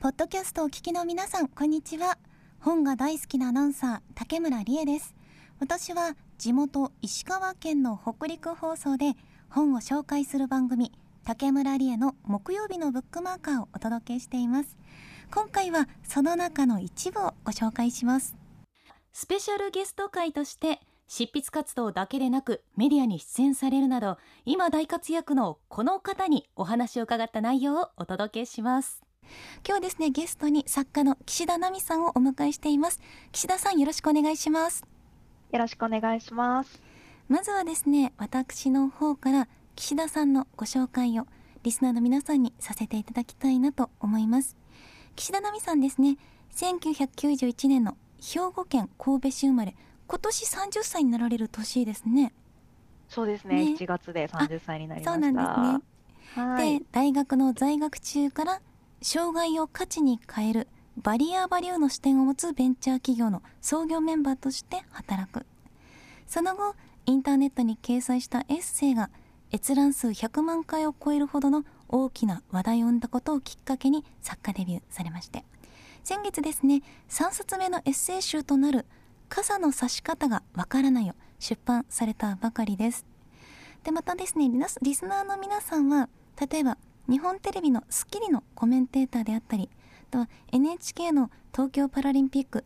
ポッドキャストをお聞きの皆さん、こんにちは。本が大好きなアナウンサー竹村理恵です。私は地元石川県の北陸放送で本を紹介する番組、竹村理恵の木曜日のブックマーカーをお届けしています。今回はその中の一部をご紹介します。スペシャルゲスト会として執筆活動だけでなくメディアに出演されるなど、今大活躍のこの方にお話を伺った内容をお届けします。今日はですね、ゲストに作家の岸田奈美さんをお迎えしています。岸田さん、よろしくお願いします。 よろしくお願いします。 まずはですね、私の方から岸田さんのご紹介をリスナーの皆さんにさせていただきたいなと思います。岸田奈美さんですね、1991年の兵庫県神戸市生まれ、今年30歳になられる年ですね。 そうですね、7月で30歳になりました。 そうなんですね。 はい。 で、大学の在学中から障害を価値に変えるバリアバリューの視点を持つベンチャー企業の創業メンバーとして働く。その後、インターネットに掲載したエッセイが閲覧数100万回を超えるほどの大きな話題を生んだことをきっかけに作家デビューされまして、先月ですね、3冊目のエッセイ集となる傘の差し方がわからないを出版されたばかりです。で、またですね、リスナーの皆さんは、例えば日本テレビのスッキリのコメンテーターであったり、あとは NHK の東京パラリンピック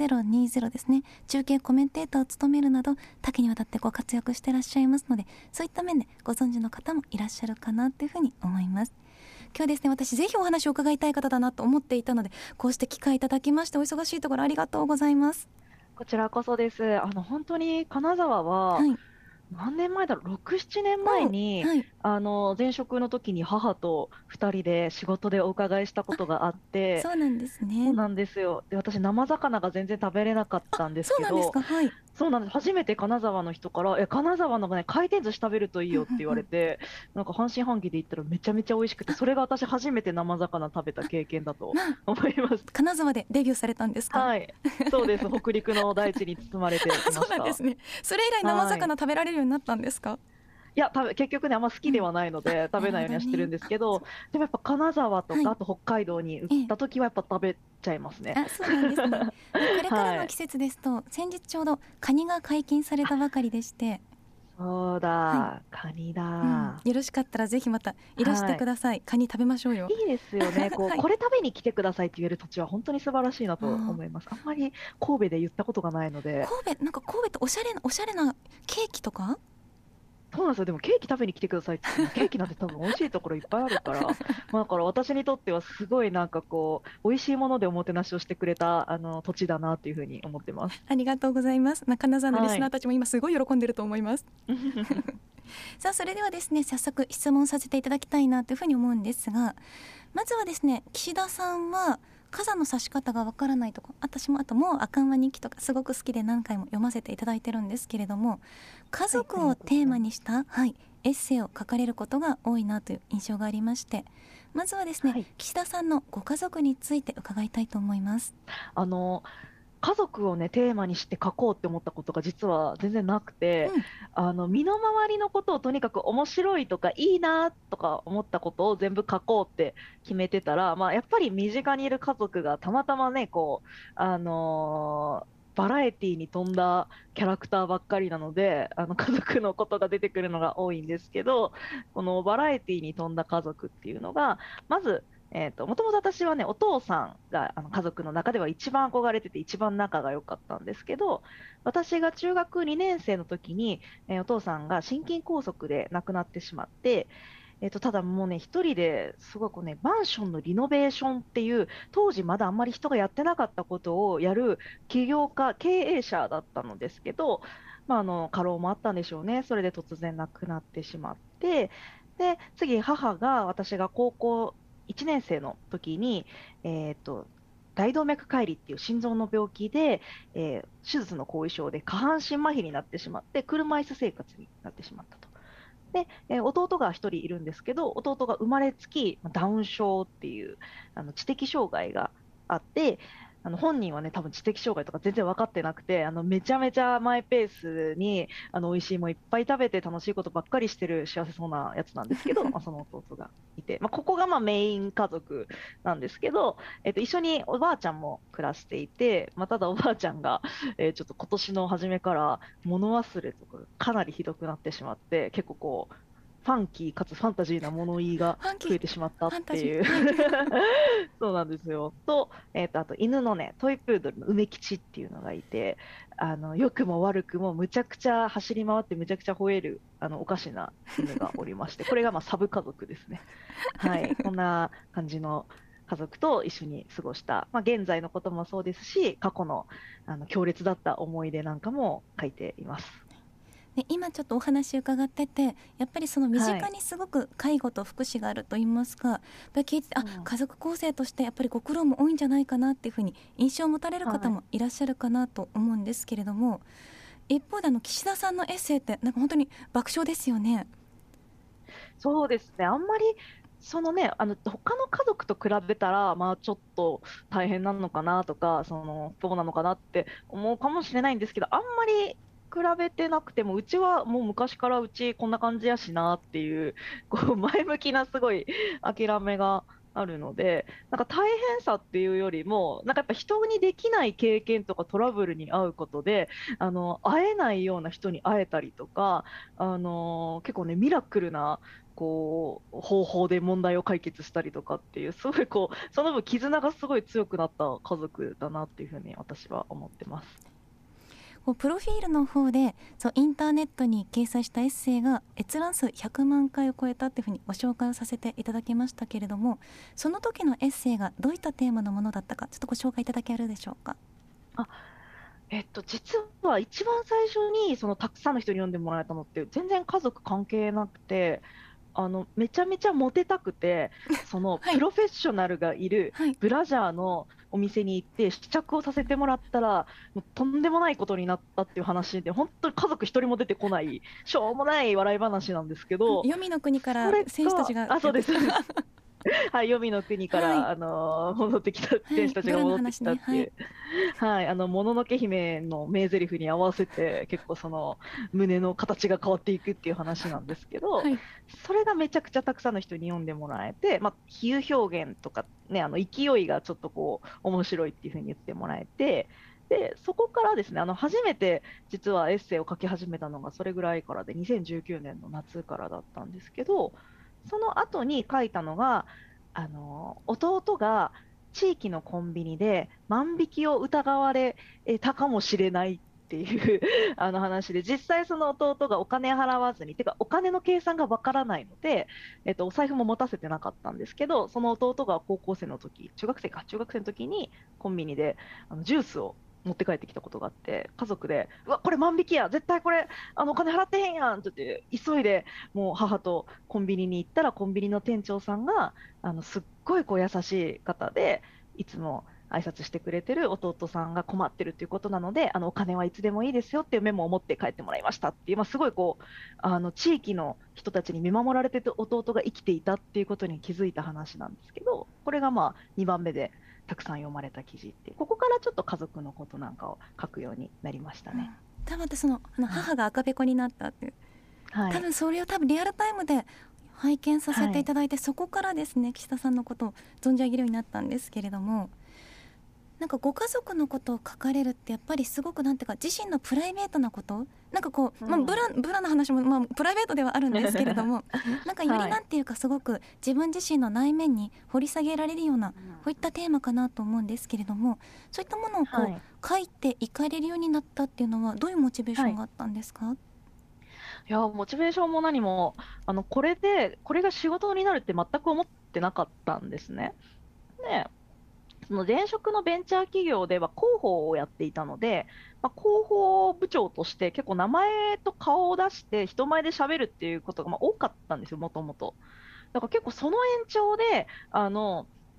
2020ですね、中継コメンテーターを務めるなど多岐にわたってご活躍していらっしゃいますので、そういった面でご存知の方もいらっしゃるかなというふうに思います。今日ですね、私ぜひお話を伺いたい方だなと思っていたので、こうして機会いただきまして、お忙しいところありがとうございます。 こちらこそです。本当に金沢は、 はい、 何年前だろう、6、7年前に、 はい、 前職の時に母と2人で仕事でお伺いしたことがあって、 そうなんですね。 そうなんですよ。で、私、生魚が全然食べれなかったんですそうけど、 なんですか。はい。 そうなんです。初めて金沢の人から、金沢のね、回転寿司食べるといいよって言われて、なんか半信半疑で言ったらめちゃめちゃ美味しくて、それが私初めて生魚食べた経験だと思います。 金沢でデビューされたんですか？ はい。そうです。北陸の大地に包まれてきました。 そうなんですね。それ以来生魚食べられるようになったんですか？ いや、結局ね、あんま好きではないので、食べないようにはしてるんですけど、でもやっぱ金沢とか、 はいあと北海道に行った時はやっぱ食べちゃいますね。 そうなんですね。これからの季節ですと、先日ちょうどカニが解禁されたばかりでして、 そうだ、カニだ、 よろしかったらぜひまたいらしてください。カニ食べましょうよ。 いいですよね。 はいこれ食べに来てくださいって言える土地は本当に素晴らしいなと思います。あんまり神戸で言ったことがないので。 神戸っておしゃれなケーキとか？ そうなんですよ。でもケーキ食べに来てくださいって言ってもケーキなんて多分美味しいところいっぱいあるから、だから私にとってはすごいなんかこう、美味しいものでおもてなしをしてくれた土地だなっていうふうに思ってます。 ありがとうございます。金沢のリスナーたちも今すごい喜んでると思います。さあ、それではですね、早速質問させていただきたいなというふうに思うんですが、まずはですね、岸田さんは傘の差し方がわからないとか、私もあともうあかんわ日記とかすごく好きで何回も読ませていただいてるんですけれども、家族をテーマにした、エッセイを書かれることが多いなという印象がありまして、まずはですね、岸田さんのご家族について伺いたいと思います。 家族をね、テーマにして書こうって思ったことが実は全然なくて、身の回りのことをとにかく面白いとかいいなとか思ったことを全部書こうって決めてたら、やっぱり身近にいる家族がたまたまね、こう、バラエティに富んだキャラクターばっかりなので、家族のことが出てくるのが多いんですけど、このバラエティに富んだ家族っていうのが、まず、もともと私はね、お父さんが家族の中では一番憧れてて一番仲が良かったんですけど、私が中学2年生の時に、お父さんが心筋梗塞で亡くなってしまって、ただもうね、一人ですごくね、マンションのリノベーションっていう、当時まだあんまり人がやってなかったことをやる起業家、経営者だったのですけど、過労もあったんでしょうね。それで突然亡くなってしまって、で、次、私が高校1年生の時に、大動脈解離っていう心臓の病気で、手術の後遺症で下半身麻痺になってしまって、車椅子生活になってしまったと。で、弟が一人いるんですけど、弟が生まれつきダウン症っていう知的障害があって、 本人はね、多分知的障害とか全然分かってなくて、めちゃめちゃマイペースに、美味しいもんいっぱい食べて楽しいことばっかりしてる幸せそうなやつなんですけど、まあ、その弟がいて、まあ、ここがまあメイン家族なんですけど、一緒におばあちゃんも暮らしていて、まあ、ただおばあちゃんが、ちょっと今年の初めから物忘れとかかなりひどくなってしまって、結構こう、ファンキーかつファンタジーな物言いがファンキー、 増えてしまったっファンタジー、 ていうはい。 そうなんですよ。と、あと犬のね、トイプードルの梅吉っていうのがいて、良くも悪くもむちゃくちゃ走り回ってむちゃくちゃ吠える、おかしな犬がおりまして、これがまあサブ家族ですね。はい。こんな感じの家族と一緒に過ごした、まあ、現在のこともそうですし、過去の、強烈だった思い出なんかも書いています。 ね、今ちょっとお話伺ってて、やっぱりその身はい。 近にすごく介護と福祉があると言いますか、やっぱり聞いてて、 うん。 家族構成としてやっぱりご苦労も多いんじゃないかなっていうふうに印象を持たれる方はい。 もいらっしゃるかなと思うんですけれども、一方で岸田さんのエッセイってなんか本当に爆笑ですよね。 そうですね。あんまり、そのね、他の家族と比べたら、まあ、ちょっと大変なのかなとか、どうなのかなって思うかもしれないんですけど、あんまり比べてなくても、うちはもう昔からうちこんな感じやしなっていう、こう、前向きなすごい諦めがあるので、なんか大変さっていうよりも、なんかやっぱ人にできない経験とかトラブルに遭うことで、会えないような人に会えたりとか、結構ね、ミラクルな、こう、方法で問題を解決したりとかっていう、すごいこう、その分絆がすごい強くなった家族だなっていうふうに私は思ってます。 こうプロフィールの方でそうインターネットに掲載したエッセイが閲覧数100万回を超えたっていうふうにご紹介をさせていただきましたけれども、その時のエッセイがどういったテーマのものだったか、ちょっとご紹介いただけるでしょうか。 あ、実は一番最初に、たくさんの人に読んでもらえたのって、全然家族関係なくて、めちゃめちゃモテたくて、そのはい、 プロフェッショナルがいるはい。 ブラジャーのお店に行って試着をさせてもらったら、もうとんでもないことになったっていう話で、本当に家族一人も出てこない、しょうもない笑い話なんですけど、 黄泉の国からそれが、 選手たちがあ、そうです、そうです。はい、黄泉の国かはい、 ら、戻ってきた、 はい、 選手たちブラのが戻ってき話ね、はい、 たっていう、はい、もののけ姫の名台詞に合わせて、結構胸の形が変わっていくっていう話なんですけど、 はい、 それがめちゃくちゃたくさんの人に読んでもらえて、まあ、比喩表現とかね、勢いがちょっとこう、面白いっていうふうに言ってもらえて、で、そこからですね、初めて実はエッセイを書き始めたのがそれぐらいからで、2019年の夏からだったんですけど、その後に書いたのが、弟が地域のコンビニで万引きを疑われたかもしれないっていう話で、実際その弟がお金払わずに、てかお金の計算がわからないので、お財布も持たせてなかったんですけど、その弟が高校生の時、中学生の時にコンビニでジュースを持って帰ってきたことがあって、家族で、うわ、これ万引きや、絶対これ、お金払ってへんやんって言って、急いで、もう母とコンビニに行ったら、コンビニの店長さんが、すっごいこう優しい方で、いつも挨拶してくれてる弟さんが困ってるっていうことなので、お金はいつでもいいですよっていうメモを持って帰ってもらいましたっていう、まあ、すごいこう、地域の人たちに見守られてて弟が生きていたっていうことに気づいた話なんですけど、これがまあ2番目でたくさん読まれた記事って、ここからちょっと家族のことなんかを書くようになりましたね。 うん、多分私はい。 母が赤べこになったっていう、 はい。 多分それを多分リアルタイムで拝見させはい。 ていただいて、そこからですね岸田さんのことを存じ上げるようになったんですけれども、なんかご家族のことを書かれるってやっぱりすごくなんていうか自身のプライベートなこと、なんかこう、まあ、 うん。 ブラな話も、まあ、プライベートではあるんですけれども、なんかよりはい。 なんていうかすごく自分自身の内面に掘り下げられるようなこうん。 ういったテーマかなと思うんですけれども、そういったものをこはい。 う書いていかれるようになったっていうのはどういうモチベーシはい。 ョンがあったんですか？ いや、モチベーションも何も、これが仕事になるって全く思ってなかったんですね。で、その前職のベンチャー企業では広報をやっていたので、まあ、広報部長として結構名前と顔を出して人前で喋るっていうことがまあ多かったんですよ、もともと。だから結構その延長で、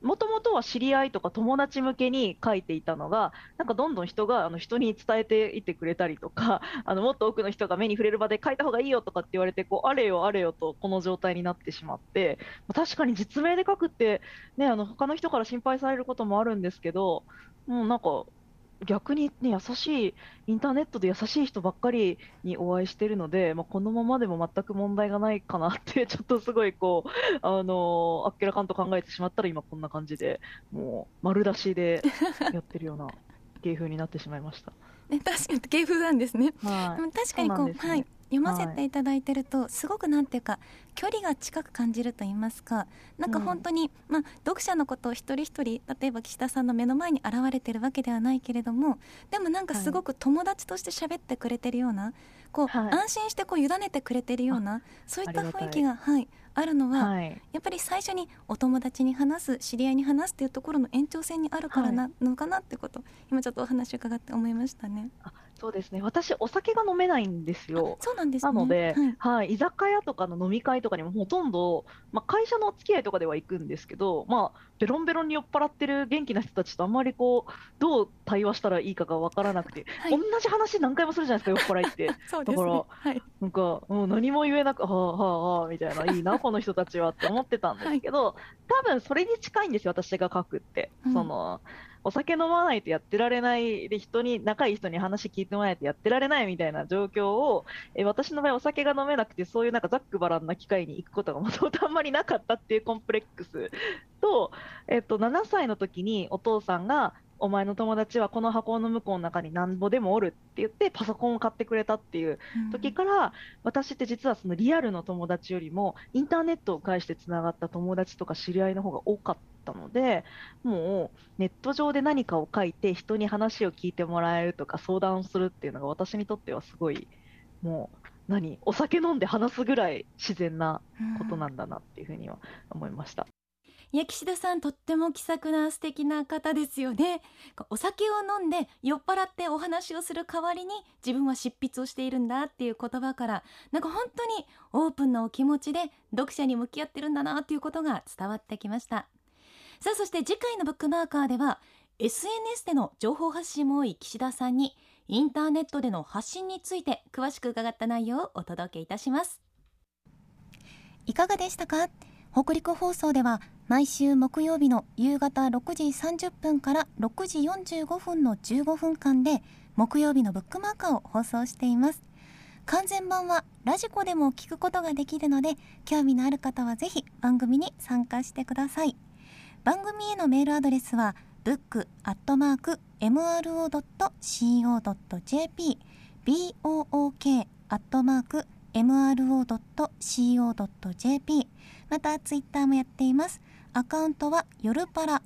もともとは知り合いとか友達向けに書いていたのが、なんかどんどん人が人に伝えていってくれたりとか、もっと多くの人が目に触れる場で書いた方がいいよとかって言われて、こうあれよあれよとこの状態になってしまって、確かに実名で書くって、ね、他の人から心配されることもあるんですけど、もうなんか逆に、ね、優しい、インターネットで優しい人ばっかりにお会いしているので、このままでも全く問題がないかなって、ちょっとすごいこう、あっけらかんと考えてしまったら、今こんな感じで、もう丸出しでやってるような芸風になってしまいました。 ね、確かに芸風なんですね。 はい、 でも確かにこう、 そうなんですね。 はい、読ませていただいてると、すごくなんていうか距離が近く感じると言いますか、なんか本当に、読者のことを一人一人、例えば岸田さんの目の前に現れてるわけではないけれども、でもなんかすごく友達として喋ってくれてるような、こう、 はい、 安心してこう委ねてくれてるような、そういった雰囲気が、あるのは、やっぱり最初にお友達に話す、知り合いに話すっていうところの延長線にあるからなのかなってこと、今ちょっとお話を伺って思いましたね。 そうですね。私、お酒が飲めないんですよ。 そうなんですね。 なので、居酒屋とかの飲み会とかにもほとんど、会社のお付き合いとかでは行くんですけど、ベロンベロンに酔っ払ってる元気な人たちとあんまりこう、どう対話したらいいかがわからなくて、同じ話何回もするじゃないですか、酔っ払いって。 そうですね。 だから、なんか、もう何も言えなく、はあはあはあみたいな、いいな、この人たちはって思ってたんですけど、多分それに近いんですよ、私が書くって。お酒飲まないとやってられないで、仲いい人に話聞いてもらえてやってられないみたいな状況を、私の場合お酒が飲めなくて、そういうなんかざっくばらんな機会に行くことがもともとあんまりなかったっていうコンプレックスと、7歳の時にお父さんが、お前の友達はこの箱の向こうの中になんぼでもおるって言ってパソコンを買ってくれたっていう時から、私って実はそのリアルの友達よりもインターネットを介してつながった友達とか知り合いの方が多かったので、もうネット上で何かを書いて人に話を聞いてもらえるとか相談をするっていうのが私にとってはすごい、もうお酒飲んで話すぐらい自然なことなんだなっていうふうには思いました。 いや、岸田さんとっても気さくな素敵な方ですよね。お酒を飲んで酔っ払ってお話をする代わりに自分は執筆をしているんだっていう言葉から、なんか本当にオープンなお気持ちで読者に向き合ってるんだなっていうことが伝わってきました。さあ、そして次回のブックマーカーでは SNS での情報発信も多い岸田さんにインターネットでの発信について詳しく伺った内容をお届けいたします。いかがでしたか？北陸放送では毎週木曜日の夕方6時30分から6時45分の15分間で木曜日のブックマーカーを放送しています。完全版はラジコでも聞くことができるので、興味のある方はぜひ番組に参加してください。番組へのメールアドレスは book@mro.co.jp book@mro.co.jp、 またツイッターもやっています。アカウントは夜パラ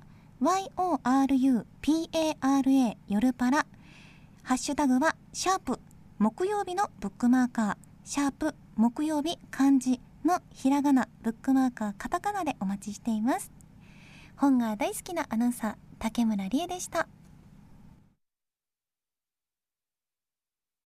YORUPARA 夜パラ、ハッシュタグはシャープ木曜日のブックマーカー、シャープ木曜日漢字のひらがな、ブックマーカーカタカナでお待ちしています。本が大好きなアナウンサー竹村理恵でした。